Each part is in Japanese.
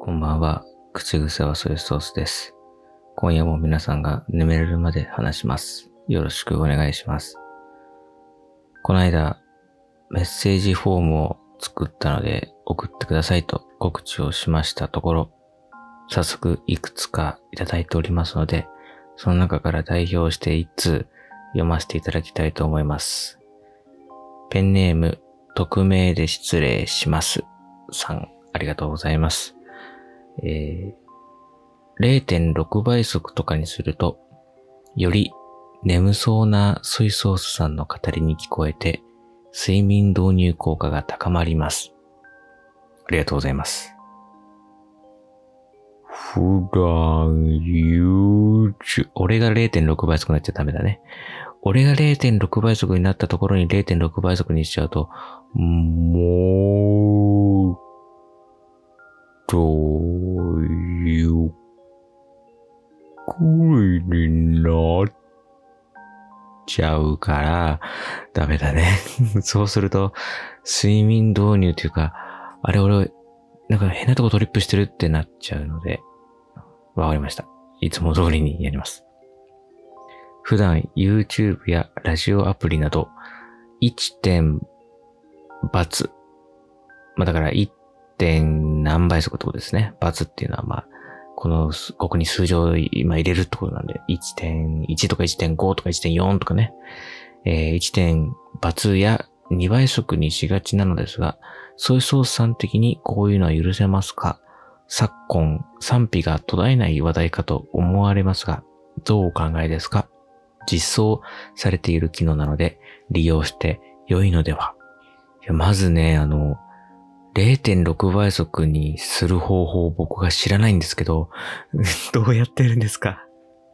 こんばんは。口癖はソイソースです。今夜も皆さんが眠れるまで話します。よろしくお願いします。この間、メッセージフォームを作ったので送ってくださいと告知をしましたところ、早速いくつかいただいておりますので、その中から代表して1通読ませていただきたいと思います。ペンネーム、匿名で失礼します。さん、ありがとうございます。0.6 倍速とかにすると、より眠そうなソイソースさんの語りに聞こえて、睡眠導入効果が高まります。ありがとうございます。普段俺が 0.6 倍速になっちゃダメだね。俺が 0.6 倍速になったところに 0.6 倍速にしちゃうと、もう、という声になっちゃうから、ダメだね。そうすると、睡眠導入というか、あれ俺、なんか変なとこトリップしてるってなっちゃうので、わかりました。いつも通りにやります。普段 YouTube やラジオアプリなど 1. バツ。だから 1. 何倍速ってことですね。バツっていうのはここに数字を今入れるってことなんで、1.1 とか 1.5 とか 1.4 とかね、1. バツや2倍速にしがちなのですが、ソイソースさん的にこういうのは許せますか？昨今、賛否が途絶えない話題かと思われますが、どうお考えですか？実装されている機能なので、利用して良いのでは？まずね、0.6 倍速にする方法を僕が知らないんですけど、どうやってるんですか？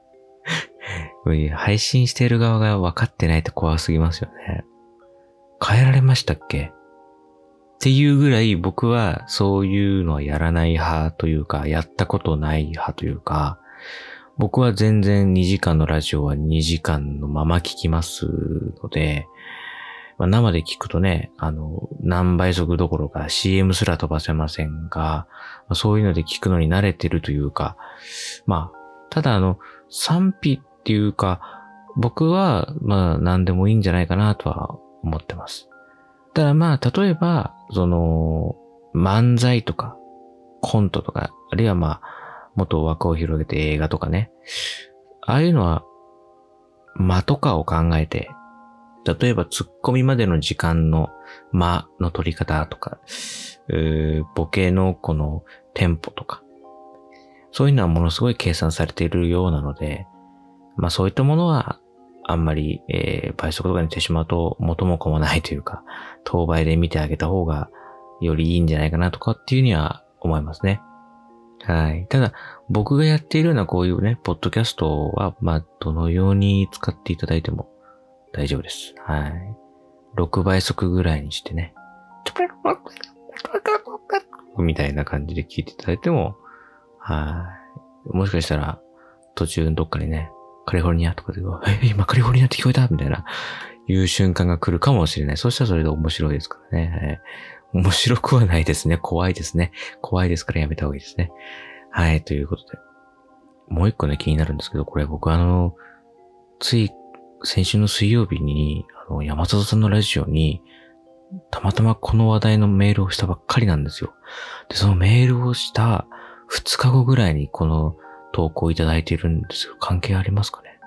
配信している側が分かってないと怖すぎますよね。変えられましたっけ？っていうぐらい僕はそういうのはやらない派というか、やったことない派というか、僕は全然2時間のラジオは2時間のまま聞きますので、生で聞くとね、何倍速どころか CM すら飛ばせませんが、そういうので聞くのに慣れてるというか、ただ賛否っていうか、僕は何でもいいんじゃないかなとは思ってます。ただ例えば、漫才とか、コントとか、あるいはもっと枠を広げて映画とかね、ああいうのは、間とかを考えて、例えばツッコミまでの時間の間の取り方とか、ボケのこのテンポとか、そういうのはものすごい計算されているようなので、そういったものはあんまり、倍速とかにしてしまうと元も子もないというか、当倍で見てあげた方がよりいいんじゃないかなとかっていうには思いますね。はい。ただ、僕がやっているようなこういうね、ポッドキャストは、どのように使っていただいても大丈夫です。はい。6倍速ぐらいにしてね、みたいな感じで聞いていただいても、はい。もしかしたら、途中のどっかにね、カリフォルニアとかで、今カリフォルニアって聞こえたみたいな、いう瞬間が来るかもしれない。そしたらそれで面白いですからね。面白くはないですね。怖いですね。怖いですからやめた方がいいですね。はい、ということで。もう一個ね、気になるんですけど、これ僕つい先週の水曜日に、山里さんのラジオに、たまたまこの話題のメールをしたばっかりなんですよ。で、そのメールをした2日後ぐらいにこの投稿いただいているんですよ。関係ありますかね？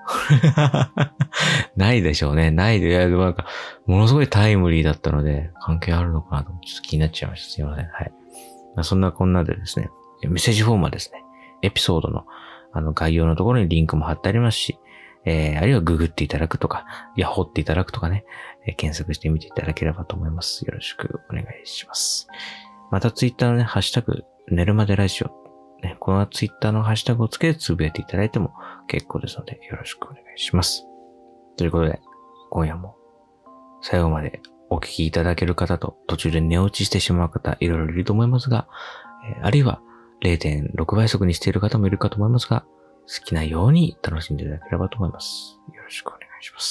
ないでしょうね。ないで、でもものすごいタイムリーだったので、関係あるのかなとちょっと気になっちゃいました。すいません。はい。そんなこんなでですね、メッセージフォームはですね、エピソードの概要のところにリンクも貼ってありますし、あるいはググっていただくとか、掘っていただくとかね、検索してみていただければと思います。よろしくお願いします。またツイッターのね、ハッシュタグ、寝るまでラジオ。ね、このツイッターのハッシュタグをつけてつぶやいていただいても結構ですので、よろしくお願いします。ということで、今夜も最後までお聞きいただける方と途中で寝落ちしてしまう方、いろいろいると思いますが、あるいは 0.6 倍速にしている方もいるかと思いますが、好きなように楽しんでいただければと思います。よろしくお願いします。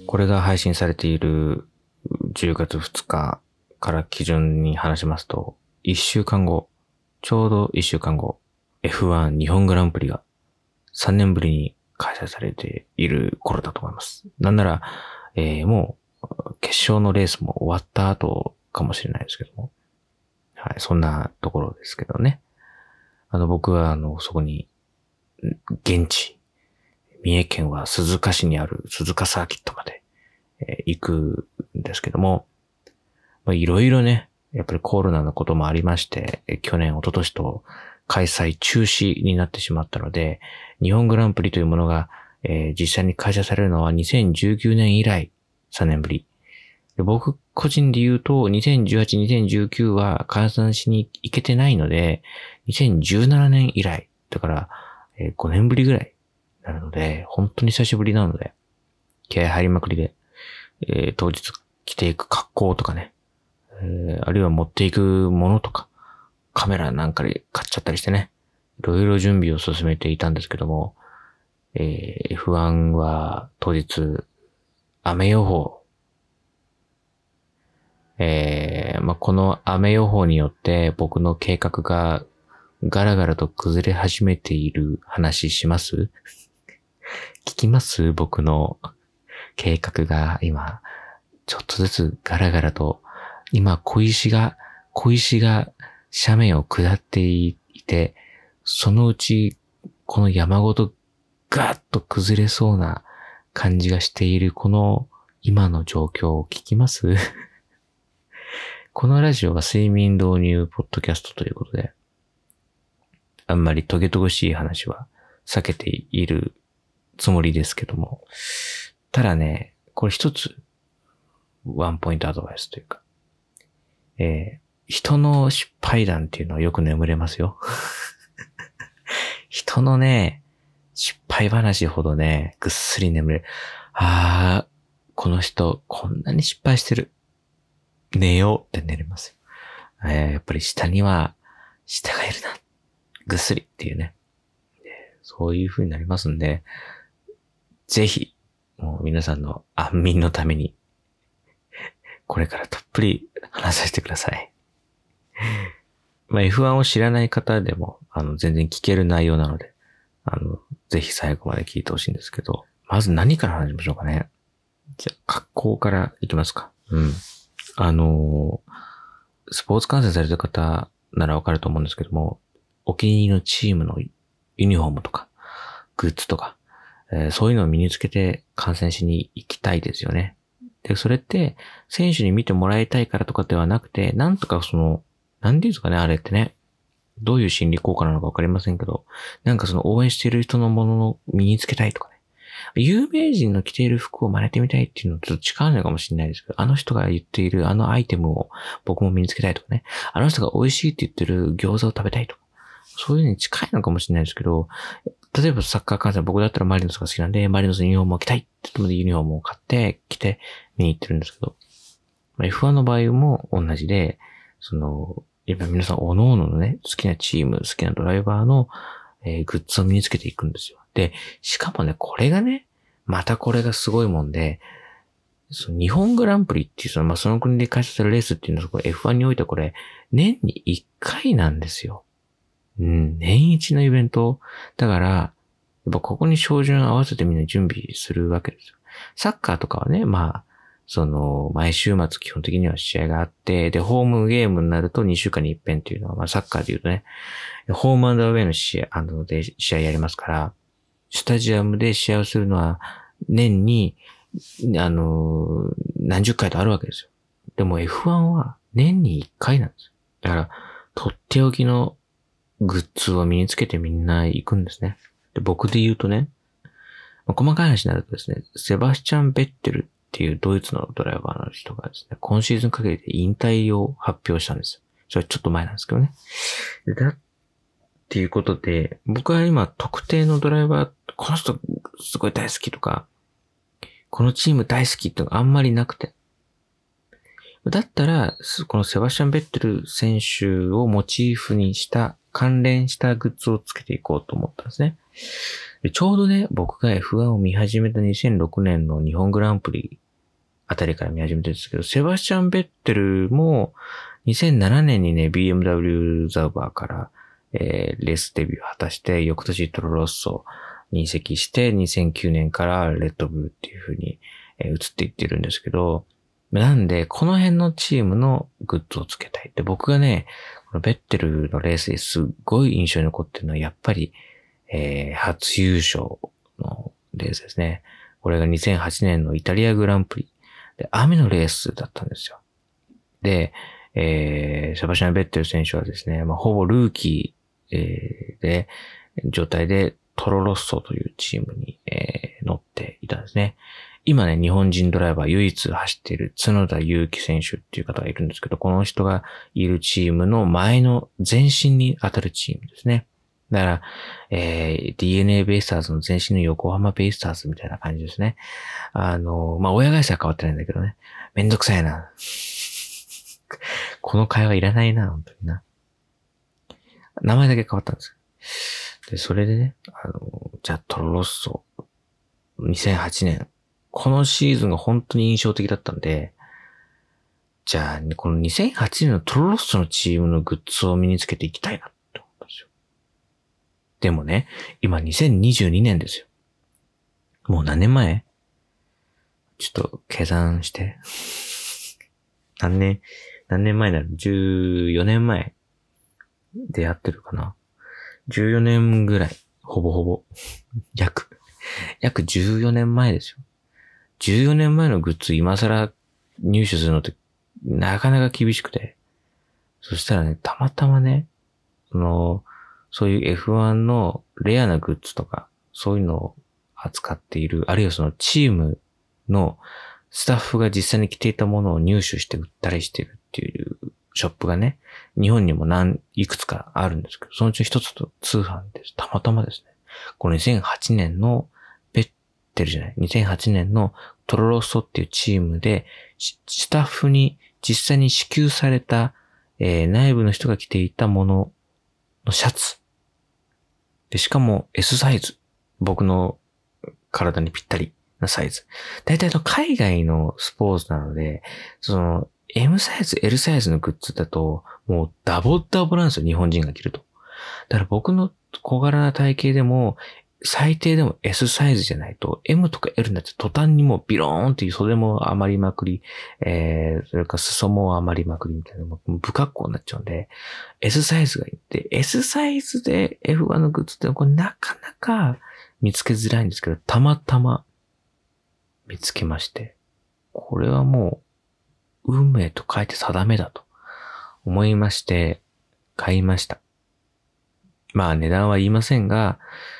これが配信されている10月2日から基準に話しますと、1週間後、ちょうど1週間後、F1 日本グランプリが3年ぶりに開催されている頃だと思います。なんなら、もう決勝のレースも終わった後かもしれないですけども。はい、そんなところですけどね。僕はそこに、現地、三重県は鈴鹿市にある鈴鹿サーキットまで、行くんですけども、いろいろね、やっぱりコロナのこともありまして、去年、一昨年と開催中止になってしまったので、日本グランプリというものが、実際に開催されるのは2019年以来3年ぶり。で僕個人で言うと、2018、2019は開催しに行けてないので、2017年以来、だから、5年ぶりぐらいになるので、本当に久しぶりなので、気合入りまくりで、当日着ていく格好とかね、あるいは持っていくものとか、カメラなんかで買っちゃったりしてね、いろいろ準備を進めていたんですけども、F1 は当日、雨予報、この雨予報によって僕の計画がガラガラと崩れ始めている話します聞きます僕の計画が今、ちょっとずつガラガラと、今小石が斜面を下っていて、そのうちこの山ごとガーッと崩れそうな感じがしているこの今の状況を聞きますこのラジオは睡眠導入ポッドキャストということで、あんまりトゲトゲしい話は避けているつもりですけども、ただね、これ一つワンポイントアドバイスというか、人の失敗談っていうのはよく眠れますよ。人のね、失敗話ほどね、ぐっすり眠れる。この人こんなに失敗してる。寝ようって寝れますよ。やっぱり下には下がいるな。ぐっすりっていうね。そういう風になりますんで、ぜひ、もう皆さんの安眠のために、これからたっぷり話させてください。F1 を知らない方でも、全然聞ける内容なので、ぜひ最後まで聞いてほしいんですけど、まず何から話しましょうかね。じゃあ、格好からいきますか。スポーツ観戦された方ならわかると思うんですけども、お気に入りのチームのユニフォームとか、グッズとか、そういうのを身につけて観戦しに行きたいですよね。で、それって、選手に見てもらいたいからとかではなくて、なんとかなんていうんですかね、あれってね。どういう心理効果なのかわかりませんけど、なんか応援している人のものを身につけたいとかね。有名人の着ている服を真似てみたいっていうのとちょっと近いのかもしれないですけど、あの人が言っているあのアイテムを僕も身につけたいとかね。あの人が美味しいって言ってる餃子を食べたいとか。そういうのに近いのかもしれないですけど、例えばサッカー観戦、僕だったらマリノスが好きなんで、マリノスのユニフォームを着たいって言ってもユニフォームを買って、着て見に行ってるんですけど、F1 の場合も同じで、やっぱ皆さん各々のね、好きなチーム、好きなドライバーの、グッズを身につけていくんですよ。で、しかもね、これがね、またこれがすごいもんで、日本グランプリっていうその国で開催されるレースっていうのはF1 においてはこれ、年に1回なんですよ。年一のイベント。だから、やっぱここに照準合わせてみんな準備するわけですよ。サッカーとかはね、毎週末基本的には試合があって、で、ホームゲームになると2週間に一遍っていうのは、サッカーで言うとね、ホームアンドアウェイの試合やりますから、スタジアムで試合をするのは年に、何十回とあるわけですよ。でも F1 は年に1回なんですよ。だから、とっておきのグッズを身につけてみんな行くんですね。で、僕で言うとね、細かい話になるとですね、セバスチャン・ベッテルっていうドイツのドライバーの人がですね、今シーズン限りで引退を発表したんですよ。それちょっと前なんですけどね。だっていうことで、僕は今特定のドライバー、この人すごい大好きとか、このチーム大好きってのがあんまりなくて。だったら、このセバスチャン・ベッテル選手をモチーフにした関連したグッズをつけていこうと思ったんですね。でちょうどね、僕が F1 を見始めた2006年の日本グランプリあたりから見始めてるんですけど、セバスチャン・ベッテルも2007年にね、BMW ザウバーから、レースデビューを果たして、翌年トロロッソに移籍して、2009年からレッドブルっていう風に、移っていってるんですけど、なんで、この辺のチームのグッズをつけたい。で、僕がね、このベッテルのレースですっごい印象に残ってるのは、やっぱり、初優勝のレースですね。これが2008年のイタリアグランプリ。で、雨のレースだったんですよ。で、セバスチャン・ベッテル選手はですね、ほぼルーキー、で、状態でトロロッソというチームに、乗っていたんですね。今ね、日本人ドライバー唯一走っている角田祐希選手っていう方がいるんですけど、この人がいるチームの前の前身に当たるチームですね。だから、DNA ベイスターズの前身の横浜ベイスターズみたいな感じですね。親会社は変わってないんだけどね。めんどくさいな。この会話いらないな、本当にな。名前だけ変わったんですよ。で、それでね、じゃあトロロッソ、2008年。このシーズンが本当に印象的だったんで、じゃあ、この2008年のトロロッソのチームのグッズを身につけていきたいなって思ったんですよ。でもね、今2022年ですよ。もう何年前？ちょっと計算して。何年前だろう ?14 年前でやってるかな ?14 年ぐらい。ほぼほぼ。約14年前ですよ。14年前のグッズ今更入手するのってなかなか厳しくて。そしたらね、たまたまね、そういう F1 のレアなグッズとか、そういうのを扱っている、あるいはそのチームのスタッフが実際に着ていたものを入手して売ったりしてるっていうショップがね、日本にもいくつかあるんですけど、そのうち一つと通販です。たまたまですね。この2008年の2008年のトロロッソっていうチームで、スタッフに実際に支給された、内部の人が着ていたもののシャツ。で、しかも S サイズ。僕の体にぴったりなサイズ。大体海外のスポーツなので、M サイズ、L サイズのグッズだと、もうダボダボなんですよ、日本人が着ると。だから僕の小柄な体型でも、最低でも S サイズじゃないと、M とか L になって途端にもうビローンっていう袖も余りまくり、それから裾も余りまくりみたいな、もう不格好になっちゃうんで、S サイズがいいって、S サイズで F1 のグッズってこれなかなか見つけづらいんですけど、たまたま見つけまして、これはもう運命と書いて定めだと思いまして、買いました。まあ値段は言いませんが、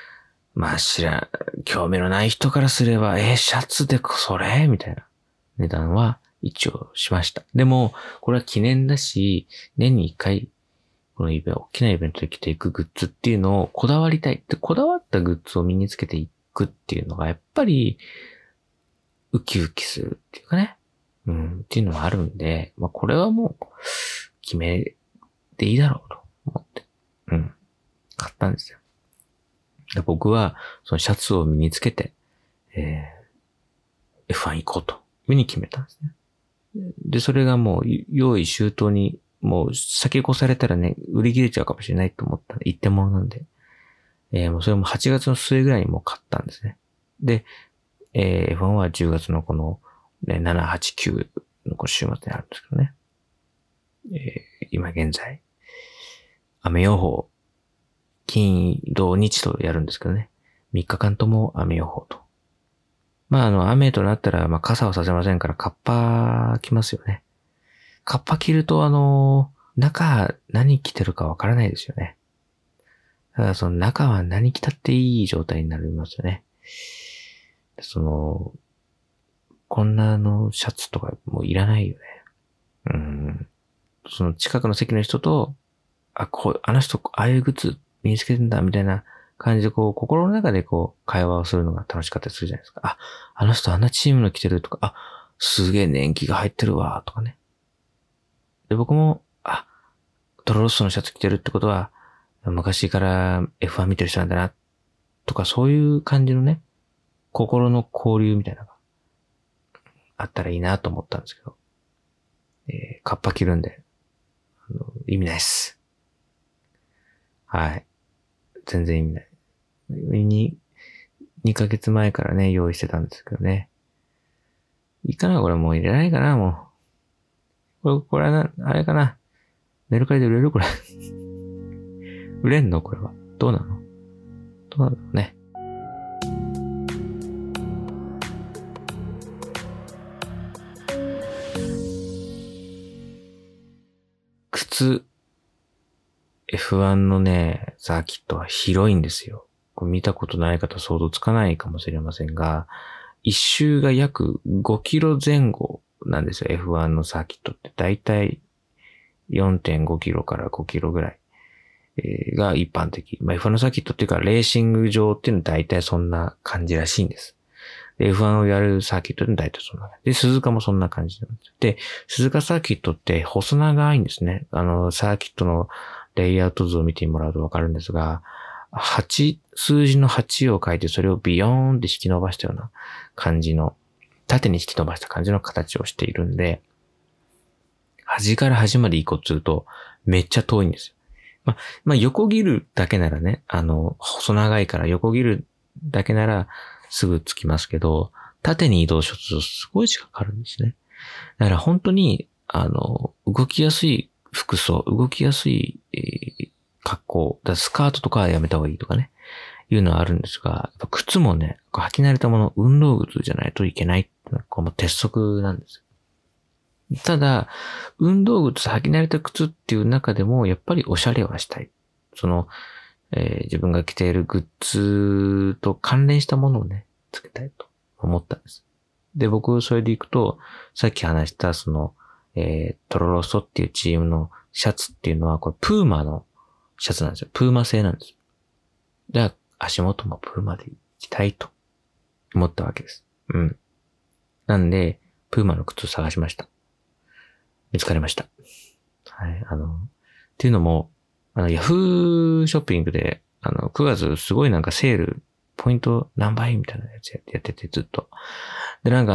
興味のない人からすれば、シャツでそれみたいな値段は一応しました。でも、これは記念だし、年に一回、この大きなイベントで着ていくグッズっていうのをこだわりたい。で、こだわったグッズを身につけていくっていうのが、やっぱり、ウキウキするっていうかね。っていうのもあるんで、これはもう、決めていいだろうと思って、買ったんですよ。で僕は、そのシャツを身につけて、F1 行こうというふうに決めたんですね。で、それがもう、用意周到に、もう先越されたらね、売り切れちゃうかもしれないと思ったんで、一点物なんで、もうそれも8月の末ぐらいにもう買ったんですね。で、F1 は10月のこの、7、8、9のこの週末にあるんですけどね。今現在、雨予報、金、土、日とやるんですけどね。3日間とも雨予報と。雨となったら、傘はさせませんから、カッパ着ますよね。カッパ着ると、中何着てるかわからないですよね。ただその中は何着たっていい状態になりますよね。こんなシャツとかもういらないよね。その近くの席の人と、あの人、ああいうグッズ身につけてんだ、みたいな感じで、心の中で会話をするのが楽しかったりするじゃないですか。あの人あんなチームの着てるとか、すげえ年季が入ってるわ、とかね。で、僕も、トロロッソのシャツ着てるってことは、昔から F1 見てる人なんだな、とか、そういう感じのね、心の交流みたいなのがあったらいいなと思ったんですけど、カッパ着るんで、意味ないっす。はい。全然意味ない。2ヶ月前からね、用意してたんですけどね。いいかなこれもう入れないかなもう。これはあれかなメルカリで売れるこれ。売れんのこれは。どうなのどうなんだろうね。靴、F1 のね、サーキットは広いんですよ。これ見たことない方想像つかないかもしれませんが、一周が約5キロ前後なんですよ。F1 のサーキットって。だいたい 4.5 キロから5キロぐらい、が一般的。F1 のサーキットっていうか、レーシング場っていうのはだいたいそんな感じらしいんです。で F1 をやるサーキットでもだいたいそんな感じ。で、鈴鹿もそんな感じなんです。で、鈴鹿サーキットって細長いんですね。サーキットのレイアウト図を見てもらうとわかるんですが、数字の8を書いてそれをビヨーンって引き伸ばしたような感じの、縦に引き伸ばした感じの形をしているんで、端から端まで行こうとするとめっちゃ遠いんですよ。横切るだけならね、細長いから横切るだけならすぐ着きますけど、縦に移動するとすごい時間かかるんですね。だから本当に、動きやすい服装、動きやすい、格好、スカートとかはやめた方がいいとかね、いうのはあるんですが、やっぱ靴もね、履き慣れたもの、運動靴じゃないといけないっていうのは、これも鉄則なんですよ。ただ、運動靴、履き慣れた靴っていう中でも、やっぱりおしゃれはしたい。自分が着ているグッズと関連したものをね、つけたいと思ったんです。で、僕、それで行くと、さっき話した、トロロソっていうチームのシャツっていうのは、これ、プーマのシャツなんですよ。プーマ製なんです。で、足元もプーマで行きたいと思ったわけです。うん。なんで、プーマの靴を探しました。見つかりました。はい、っていうのも、ヤフーショッピングで、9月すごいなんかセール、ポイント何倍みたいなやつやっててずっと。で、なんか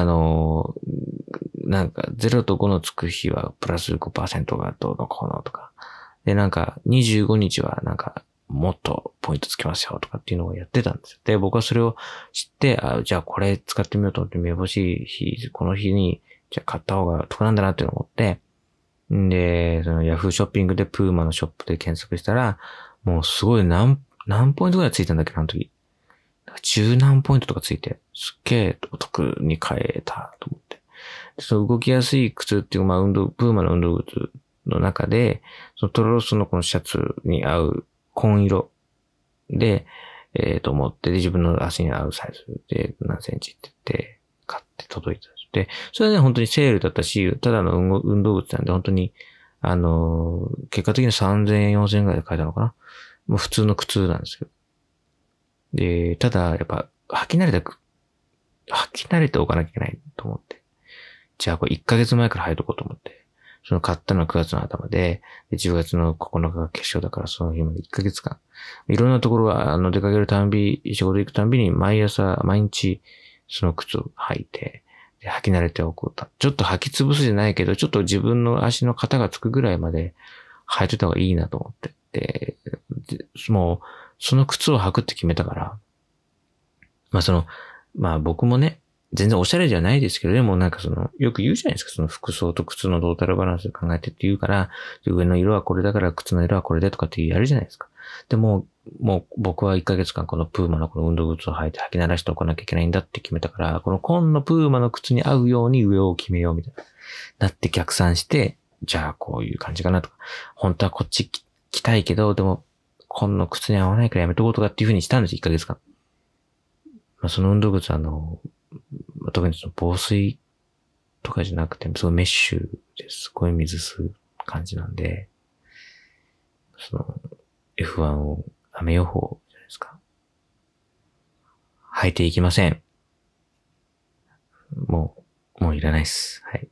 0と5のつく日はプラス 5% がどうのこうのとか。で、なんか25日はなんかもっとポイントつきますよとかっていうのをやってたんですよ。で、僕はそれを知って、じゃあこれ使ってみようと思ってめぼしい日、この日に、じゃあ買った方が得なんだなっていうのを思って、で、そのヤフーショッピングでプーマのショップで検索したら、もうすごい何ポイントぐらいついたんだっけ、あの時。10何ポイントとかついて、すっげえお得に買えたと思って。でその動きやすい靴っていう、プーマの運動靴の中で、そのトロロスのこのシャツに合う紺色で、と思って、で、自分の足に合うサイズで何センチって言って、買って届いたんです。で、それはね、本当にセールだったし、ただの運動靴なんで、本当に、結果的に3000円、4000円ぐらいで買えたのかな。もう普通の靴なんですけど。で、ただ、やっぱ、履き慣れておかなきゃいけないと思って。じゃあ、これ1ヶ月前から履いとこうと思って。その買ったのは9月の頭で、10月の9日が決勝だから、その日まで1ヶ月間。いろんなところは、出かけるたんび、仕事行くたんびに、毎日、その靴を履いて、で履き慣れておくと。ちょっと履き潰すじゃないけど、ちょっと自分の足の型がつくぐらいまで履いてた方がいいなと思って。で、もう、その靴を履くって決めたから、僕もね、全然おしゃれじゃないですけど、でもなんかよく言うじゃないですか、その服装と靴のトータルバランスで考えてって言うから、上の色はこれだから靴の色はこれでとかってやるじゃないですか。でもう僕は1ヶ月間このプーマのこの運動靴を履いて履き慣らしておかなきゃいけないんだって決めたから、この紺のプーマの靴に合うように上を決めようみたいな。なって逆算して、じゃあこういう感じかなとか、本当はこっち着たいけど、でも紺の靴に合わないからやめとこうとかっていう風にしたんです、1ヶ月間。その運動靴特にその防水とかじゃなくて、すごいメッシュですごい水吸う感じなんで、F1 を雨予報じゃないですか。履いていきません。もういらないっす。はい。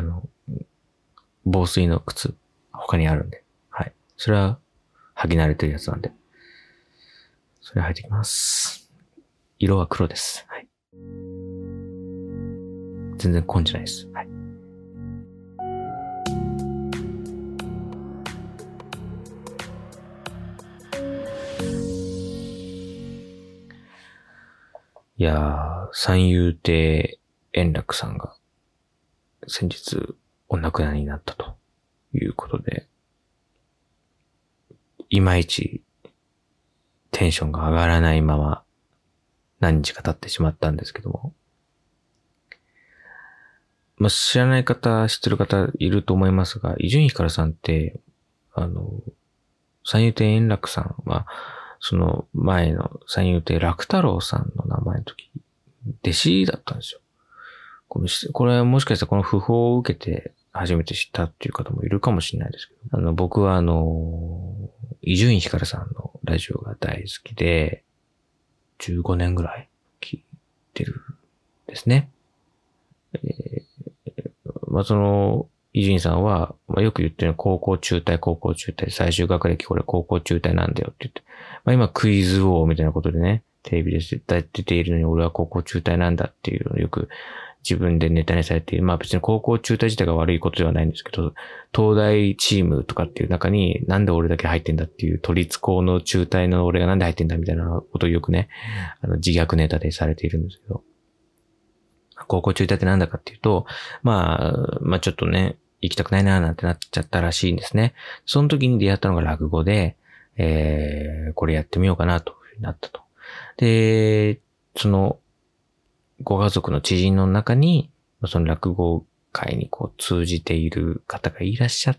防水の靴、他にあるんで。はい。それは、履き慣れてるやつなんで。それ履いていきます。色は黒です。はい。 全然根じないです。はい。いやー、三遊亭円楽さんが先日お亡くなりになったということで、いまいちテンションが上がらないまま何日か経ってしまったんですけども、まあ、知らない方、知ってる方いると思いますが、伊集院光さんって、三遊亭円楽さんは、その前の三遊亭楽太郎さんの名前の時、弟子だったんですよ。これはもしかしたらこの訃報を受けて初めて知ったっていう方もいるかもしれないですけど、僕は伊集院光さんのラジオが大好きで、15年ぐらい聞いてるんですね。まあ、伊集院さんは、まあ、よく言ってる高校中退、最終学歴これ高校中退なんだよって言って、まあ、今クイズ王みたいなことでね、テレビで出ているのに俺は高校中退なんだっていうのをよく自分でネタにされている。まあ別に高校中退自体が悪いことではないんですけど、東大チームとかっていう中になんで俺だけ入ってんだっていう都立高の中退の俺がなんで入ってんだみたいなことをよくね、自虐ネタでされているんですけど。高校中退ってなんだかっていうと、まあちょっとね、行きたくないなーなんてなっちゃったらしいんですね。その時に出会ったのが落語で、これやってみようかなというふうになったと。で、ご家族の知人の中に、その落語会にこう通じている方がいらっしゃって、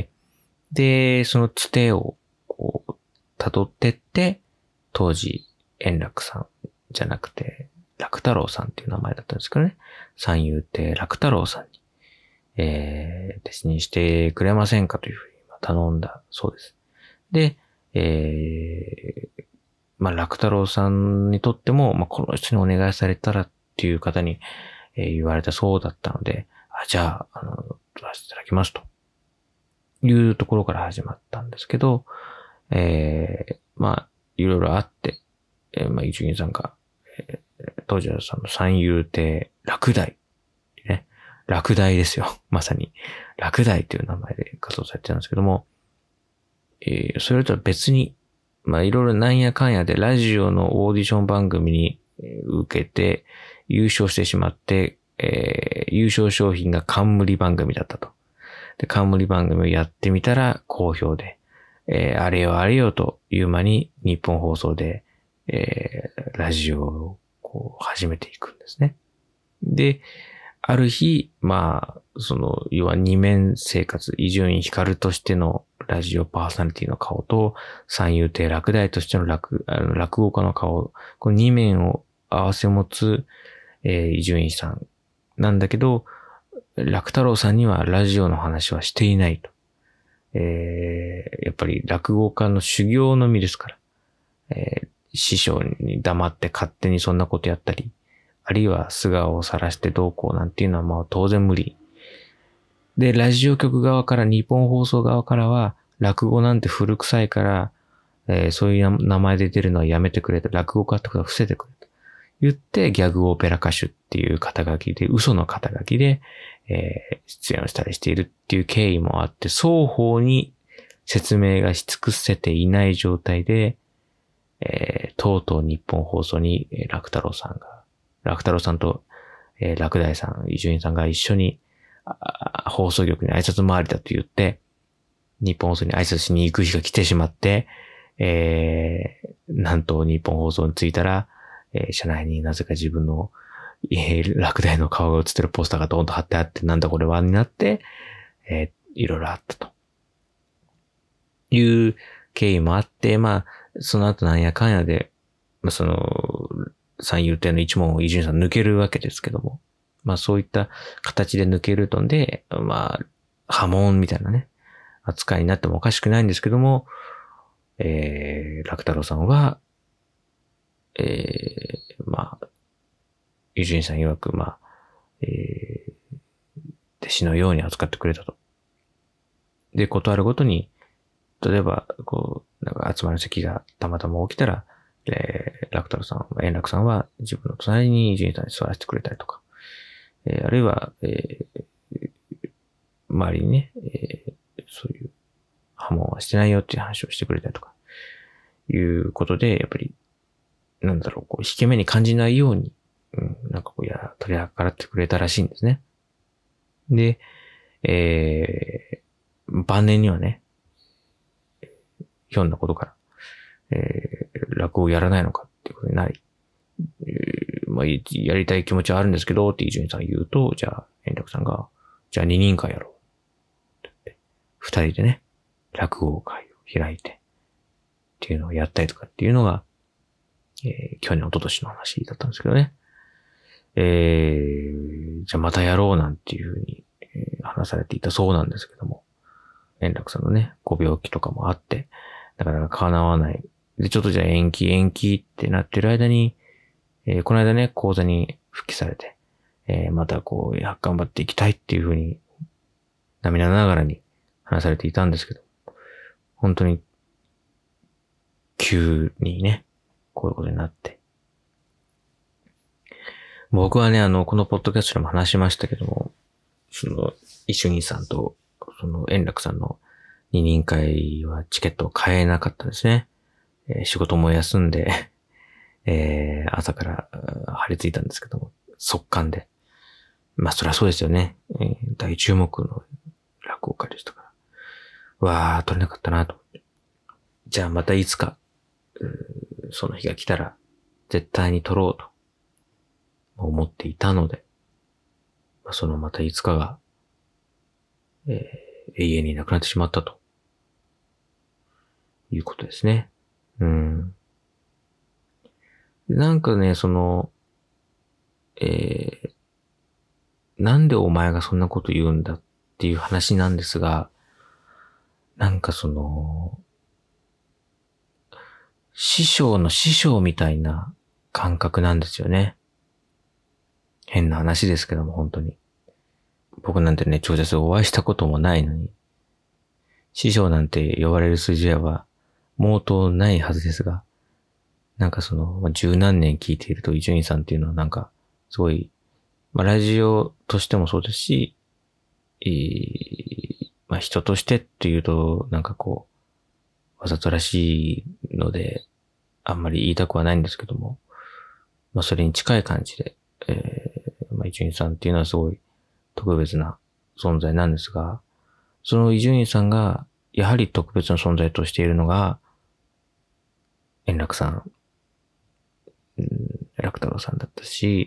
で、そのつてをこう辿ってって、当時、円楽さんじゃなくて、楽太郎さんっていう名前だったんですけどね。三遊亭楽太郎さんに、弟子にしてくれませんかというふうに頼んだそうです。で、まあ、楽太郎さんにとっても、まあ、この人にお願いされたらっていう方に、言われたそうだったので、じゃあ、取らせていただきますというところから始まったんですけど、まあ、いろいろあって、まあ、伊集院さんが、当時はその三遊亭楽大、ね、楽大ですよ。まさに。楽大という名前で活動されてたんですけども、それとは別に、まあいろいろなんやかんやでラジオのオーディション番組に受けて優勝してしまって、優勝商品が冠番組だったと。で、冠番組をやってみたら好評で、あれよあれよという間に日本放送で、ラジオをこう始めていくんですね。で、ある日、まあ、要は二面生活、伊集院光としてのラジオパーソナリティの顔と、三遊亭楽大としての落語家の顔、この二面を合わせ持つ、伊集院さんなんだけど、楽太郎さんにはラジオの話はしていないと。やっぱり落語家の修行の身ですから、師匠に黙って勝手にそんなことやったり、あるいは素顔を晒してどうこうなんていうのはまあ当然無理。で、ラジオ局側から、日本放送側からは、落語なんて古臭いから、そういう名前で出るのはやめてくれと。落語家ってことは伏せてくれと。言って、ギャグオペラ歌手っていう肩書きで、嘘の肩書きで、出演をしたりしているっていう経緯もあって、双方に説明がし尽くせていない状態で、とうとう日本放送に、楽太郎さんと、楽大さん、伊集院さんが一緒に、放送局に挨拶回りだと言って、日本放送に挨拶しに行く日が来てしまって、なんと日本放送に着いたら、車内になぜか自分の、楽大の顔が映ってるポスターがドーンと貼ってあって、なんだこれはになって、いろいろあったと。いう経緯もあって、まあ、その後なんやかんやで、まあ、三遊亭の一問を伊集院さん抜けるわけですけども、まあそういった形で抜けるので、まあ、波紋みたいなね、扱いになってもおかしくないんですけども、楽太郎さんは、まあ、伊集院さん曰く、まあ、弟子のように扱ってくれたと。で、ことあるごとに、例えば、なんか集まる席がたまたま起きたら、楽太郎さん、円楽さんは自分の隣に伊集院さんに座らせてくれたりとか、 あるいは、周りにね、そういう波紋はしてないよっていう話をしてくれたりとか、いうことで、やっぱり、なんだろう、こう、引け目に感じないように、なんかこう、取り計らってくれたらしいんですね。で、晩年にはね、ひょんなことから、落語をやらないのかっていうことになり、まあ、やりたい気持ちはあるんですけど、って伊集院さんが言うと、じゃあ、円楽さんが、じゃあ二人会やろう。って言って、二人でね、落語会を開いて、っていうのをやったりとかっていうのが、去年、一昨年の話だったんですけどね。じゃあまたやろうなんていうふうに、話されていたそうなんですけども、円楽さんのね、ご病気とかもあって、なかなか叶わない。で、ちょっとじゃあ延期ってなってる間に、この間ね、講座に復帰されて、またこう、頑張っていきたいっていうふうに、涙ながらに話されていたんですけど、本当に、急にね、こういうことになって。僕はね、このポッドキャストでも話しましたけども、伊集院さんと、円楽さんの二人会はチケットを買えなかったんですね。仕事も休んで、朝から張り付いたんですけども、速乾で。まあ、そりゃそうですよね。大注目の落語家でしたから。わー、取れなかったなと思って。じゃあまたいつか、その日が来たら、絶対に取ろうと思っていたので、そのまたいつかが、永遠になくなってしまったということですね。なんかね、なんでお前がそんなこと言うんだっていう話なんですが、なんか師匠の師匠みたいな感覚なんですよね。変な話ですけども、本当に。僕なんてね、直接お会いしたこともないのに、師匠なんて呼ばれる筋合いは、毛頭ないはずですが、なんか十何年聞いていると伊集院さんっていうのはなんか、すごい、ラジオとしてもそうですし、人としてっていうと、なんかこう、わざとらしいので、あんまり言いたくはないんですけども、それに近い感じで、伊集院さんっていうのはすごい特別な存在なんですが、その伊集院さんが、やはり特別な存在としているのが、円楽さん、楽太郎さんだったし、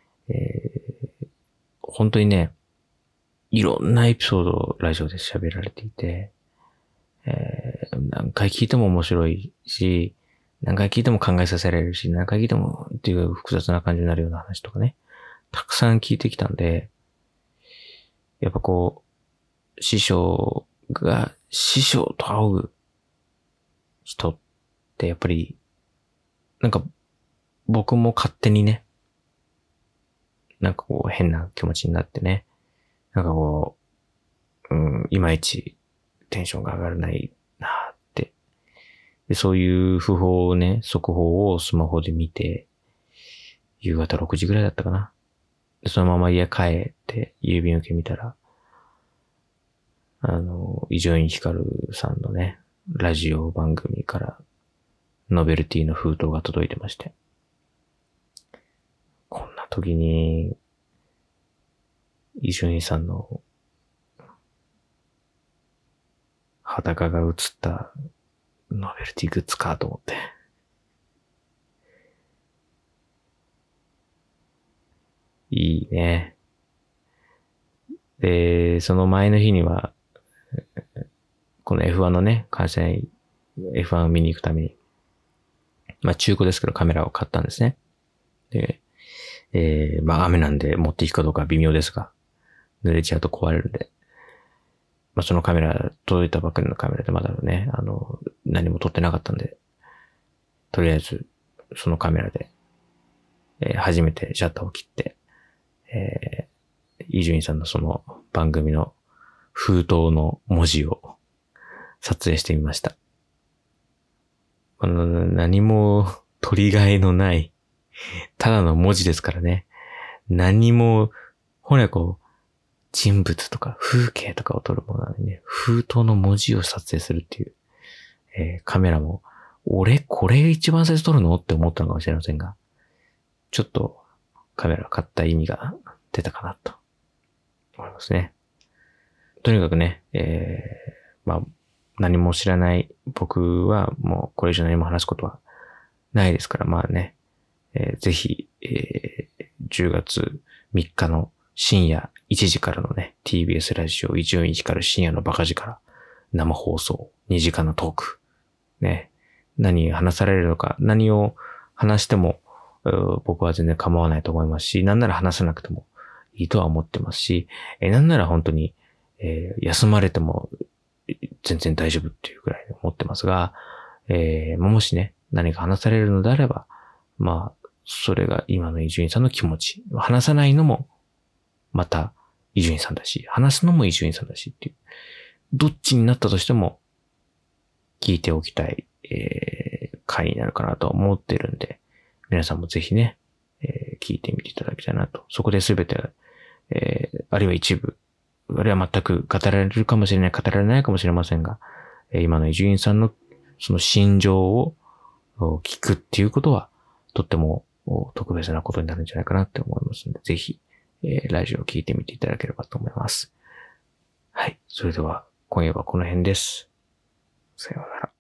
本当にね、いろんなエピソードをラジオで喋られていて、何回聞いても面白いし、何回聞いても考えさせられるし、何回聞いてもっていう複雑な感じになるような話とかね、たくさん聞いてきたんで、やっぱこう、師匠が師匠と仰ぐ人ってやっぱり、なんか僕も勝手にね、なんかこう変な気持ちになってね、なんかこう、いまいちテンションが上がらないなって。で、そういう訃報をね、速報をスマホで見て、夕方6時ぐらいだったかな。でそのまま家帰って郵便受け見たら、伊集院光さんのね、ラジオ番組からノベルティの封筒が届いてまして。こんな時に、伊集院さんの裸が映ったノベルティグッズかと思って。いいね。で、その前の日には、この F1 のね、会社に F1 を見に行くために、中古ですけどカメラを買ったんですね。で、雨なんで持っていくかどうかは微妙ですが、濡れちゃうと壊れるんで、そのカメラ、届いたばかりのカメラでまだね、何も撮ってなかったんで、とりあえず、そのカメラで、初めてシャッターを切って、伊集院さんのその番組の封筒の文字を撮影してみました。何も取り替えのない、ただの文字ですからね。何も本来こう、人物とか風景とかを撮るものなのにね、封筒の文字を撮影するっていう、カメラも、俺これ一番最初撮るのって思ったのかもしれませんが、ちょっとカメラを買った意味が出たかなと思いますね。とにかくね、まあ、何も知らない僕はもうこれ以上何も話すことはないですから、まあね、ぜひ、10月3日の深夜1時からのね、TBS ラジオ伊集院光深夜のバカ力生放送2時間のトーク。ね、何話されるのか、何を話しても僕は全然構わないと思いますし、なんなら話さなくてもいいとは思ってますし、なんなら本当に、休まれても全然大丈夫っていうぐらい思ってますが、もしね、何か話されるのであれば、まあ、それが今の伊集院さんの気持ち。話さないのも、また伊集院さんだし、話すのも伊集院さんだしっていう。どっちになったとしても、聞いておきたい、回になるかなと思ってるんで、皆さんもぜひね、聞いてみていただきたいなと。そこで全て、あるいは一部、あるいは全く語られるかもしれない、語られないかもしれませんが、今の伊集院さんのその心情を聞くっていうことは、とっても特別なことになるんじゃないかなって思いますので、ぜひ、ラジオを聞いてみていただければと思います。はい。それでは、今夜はこの辺です。さようなら。